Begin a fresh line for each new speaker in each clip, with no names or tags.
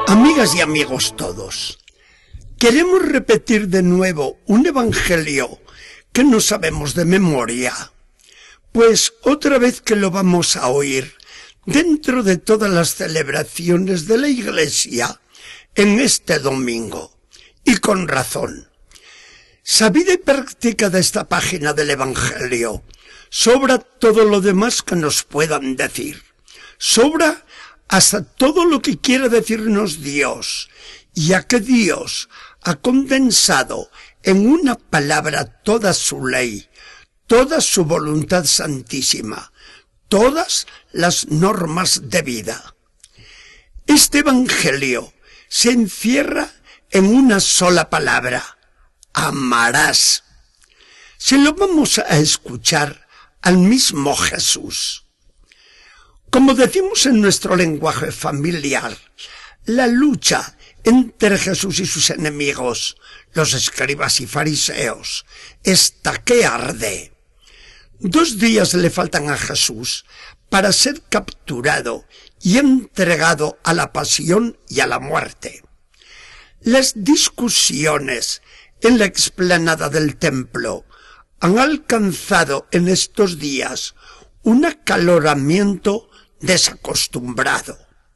Amigas y amigos todos, queremos repetir de nuevo un evangelio que no sabemos de memoria, pues otra vez que lo vamos a oír dentro de todas las celebraciones de la Iglesia en este domingo, y con razón. Sabida y practicada esta página del evangelio, sobra todo lo demás que nos puedan decir, sobra hasta todo lo que quiera decirnos Dios, ya que Dios ha condensado en una palabra toda su ley, toda su voluntad santísima, todas las normas de vida. Este evangelio se encierra en una sola palabra: amarás. Se lo vamos a escuchar al mismo Jesús. Como decimos en nuestro lenguaje familiar, la lucha entre Jesús y sus enemigos, los escribas y fariseos, está que arde. 2 días le faltan a Jesús para ser capturado y entregado a la pasión y a la muerte. Las discusiones en la explanada del templo han alcanzado en estos días un acaloramiento desacostumbrado.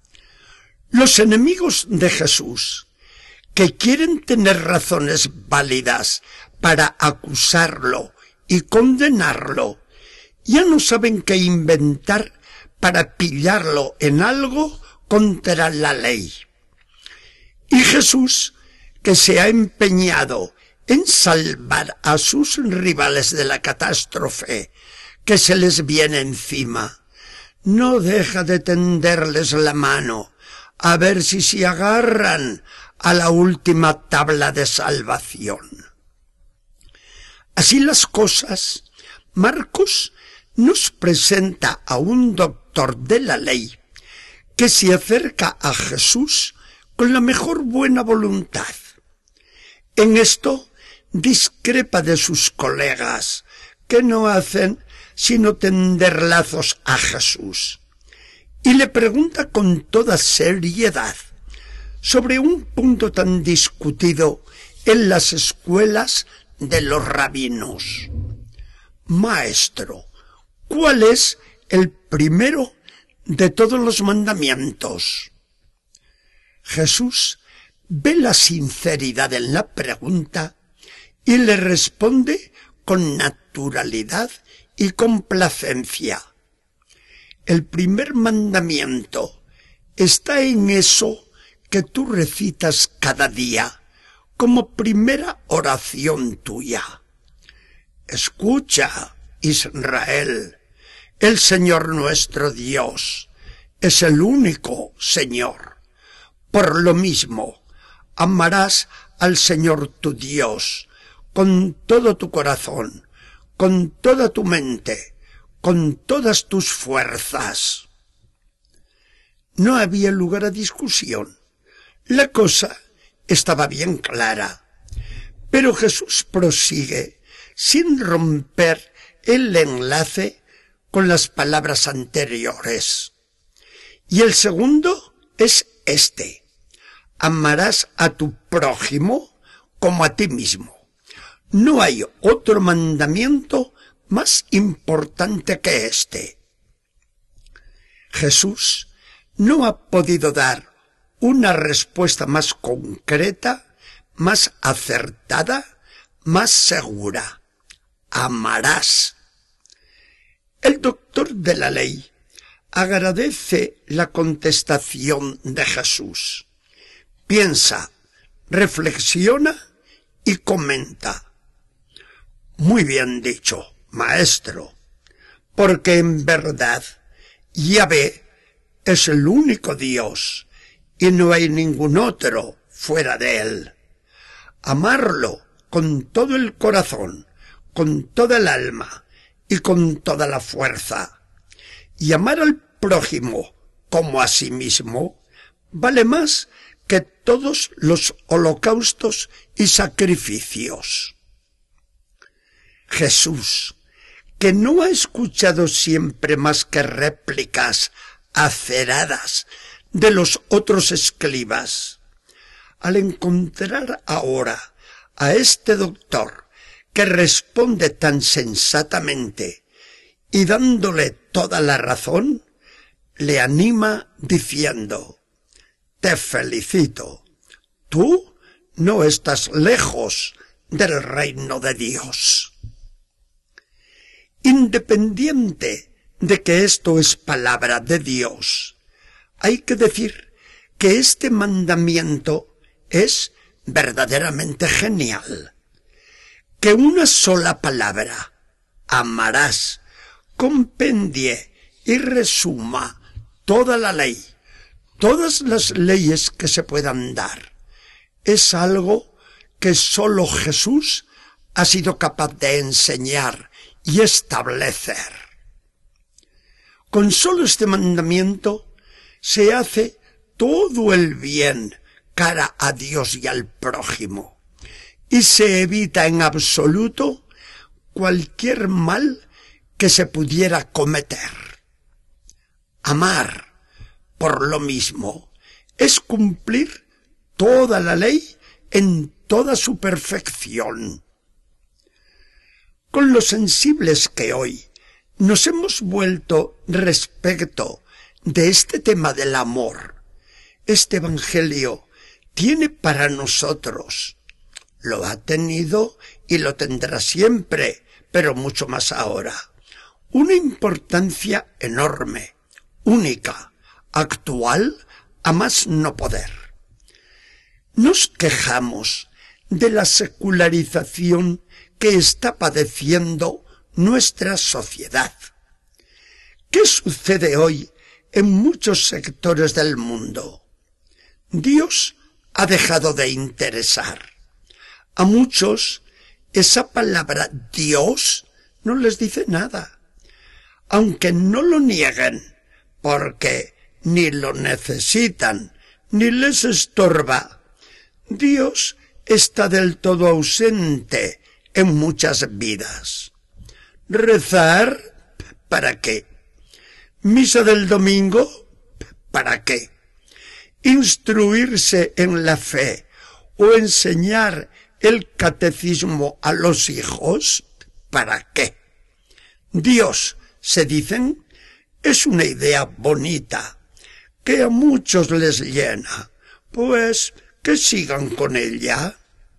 Los enemigos de Jesús, que quieren tener razones válidas para acusarlo y condenarlo, ya no saben qué inventar para pillarlo en algo contra la ley. Y Jesús, que se ha empeñado en salvar a sus rivales de la catástrofe que se les viene encima, no deja de tenderles la mano a ver si se agarran a la última tabla de salvación. Así las cosas, Marcos nos presenta a un doctor de la ley que se acerca a Jesús con la mejor buena voluntad. En esto discrepa de sus colegas, que no hacen sino tender lazos a Jesús, y le pregunta con toda seriedad sobre un punto tan discutido en las escuelas de los rabinos. Maestro, ¿cuál es el primero de todos los mandamientos? Jesús ve la sinceridad en la pregunta y le responde con naturalidad y complacencia. El primer mandamiento está en eso que tú recitas cada día como primera oración tuya. Escucha, Israel, el Señor nuestro Dios es el único Señor. Por lo mismo, amarás al Señor tu Dios con todo tu corazón, con toda tu mente, con todas tus fuerzas. No había lugar a discusión. La cosa estaba bien clara. Pero Jesús prosigue sin romper el enlace con las palabras anteriores. Y el segundo es este: amarás a tu prójimo como a ti mismo. No hay otro mandamiento más importante que este. Jesús no ha podido dar una respuesta más concreta, más acertada, más segura. Amarás. El doctor de la ley agradece la contestación de Jesús. Piensa, reflexiona y comenta. Muy bien dicho, maestro, porque en verdad Yahvé es el único Dios y no hay ningún otro fuera de él. Amarlo con todo el corazón, con toda el alma y con toda la fuerza, y amar al prójimo como a sí mismo, vale más que todos los holocaustos y sacrificios. Jesús, que no ha escuchado siempre más que réplicas aceradas de los otros escribas. Al encontrar ahora a este doctor que responde tan sensatamente y dándole toda la razón, le anima diciendo: «Te felicito, tú no estás lejos del reino de Dios». Independiente de que esto es palabra de Dios, hay que decir que este mandamiento es verdaderamente genial. Que una sola palabra, amarás, compendie y resuma toda la ley, todas las leyes que se puedan dar, es algo que sólo Jesús ha sido capaz de enseñar y establecer. Con solo este mandamiento se hace todo el bien cara a Dios y al prójimo, y se evita en absoluto cualquier mal que se pudiera cometer. Amar, por lo mismo, es cumplir toda la ley en toda su perfección. Con lo sensibles que hoy nos hemos vuelto respecto de este tema del amor, este Evangelio tiene para nosotros, lo ha tenido y lo tendrá siempre, pero mucho más ahora, una importancia enorme, única, actual, a más no poder. Nos quejamos de la secularización que está padeciendo nuestra sociedad. ¿Qué sucede hoy en muchos sectores del mundo? Dios ha dejado de interesar. A muchos esa palabra Dios no les dice nada, aunque no lo nieguen, porque ni lo necesitan, ni les estorba. Dios está del todo ausente en muchas vidas. ¿Rezar? ¿Para qué? ¿Misa del domingo? ¿Para qué? ¿Instruirse en la fe o enseñar el catecismo a los hijos? ¿Para qué? Dios, se dicen, es una idea bonita, que a muchos les llena, pues que sigan con ella.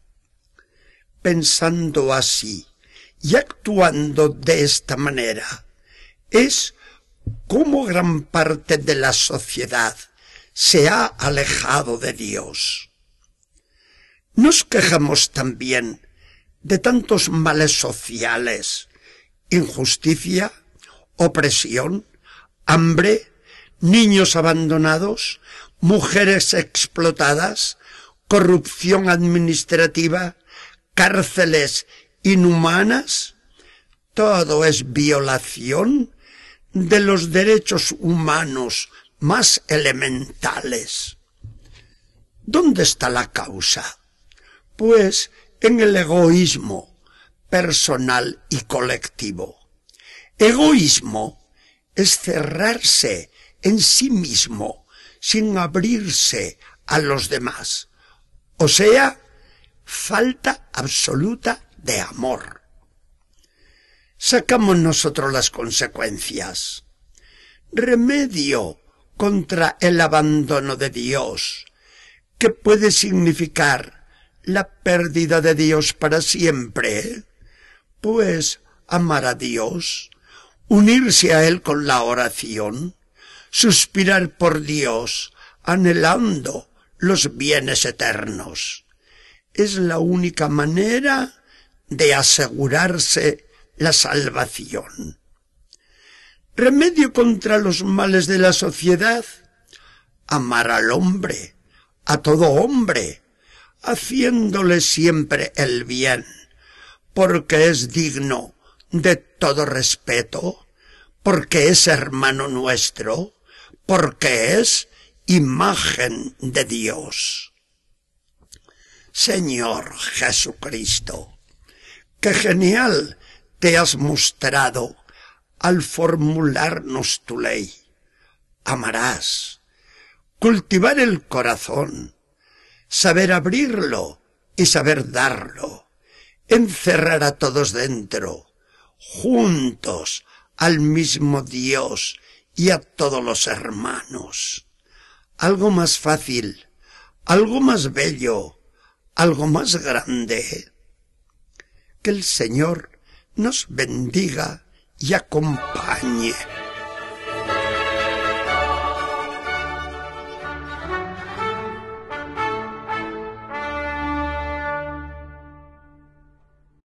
Pensando así y actuando de esta manera, es como gran parte de la sociedad se ha alejado de Dios. Nos quejamos también de tantos males sociales, injusticia, opresión, hambre, niños abandonados, mujeres explotadas, corrupción administrativa, cárceles inhumanas. Todo es violación de los derechos humanos más elementales. ¿Dónde está la causa? Pues en el egoísmo personal y colectivo. Egoísmo es cerrarse en sí mismo sin abrirse a los demás. O sea, falta absoluta de amor. Sacamos nosotros las consecuencias. Remedio contra el abandono de Dios, que puede significar la pérdida de Dios para siempre, pues amar a Dios, unirse a Él con la oración, suspirar por Dios, anhelando los bienes eternos. Es la única manera de asegurarse la salvación. Remedio contra los males de la sociedad: amar al hombre, a todo hombre, haciéndole siempre el bien, porque es digno de todo respeto, porque es hermano nuestro, porque es imagen de Dios. Señor Jesucristo, qué genial te has mostrado al formularnos tu ley. Amarás, cultivar el corazón, saber abrirlo y saber darlo, encerrar a todos dentro, juntos al mismo Dios y a todos los hermanos. Algo más fácil, algo más bello, algo más grande. Que el Señor nos bendiga y acompañe.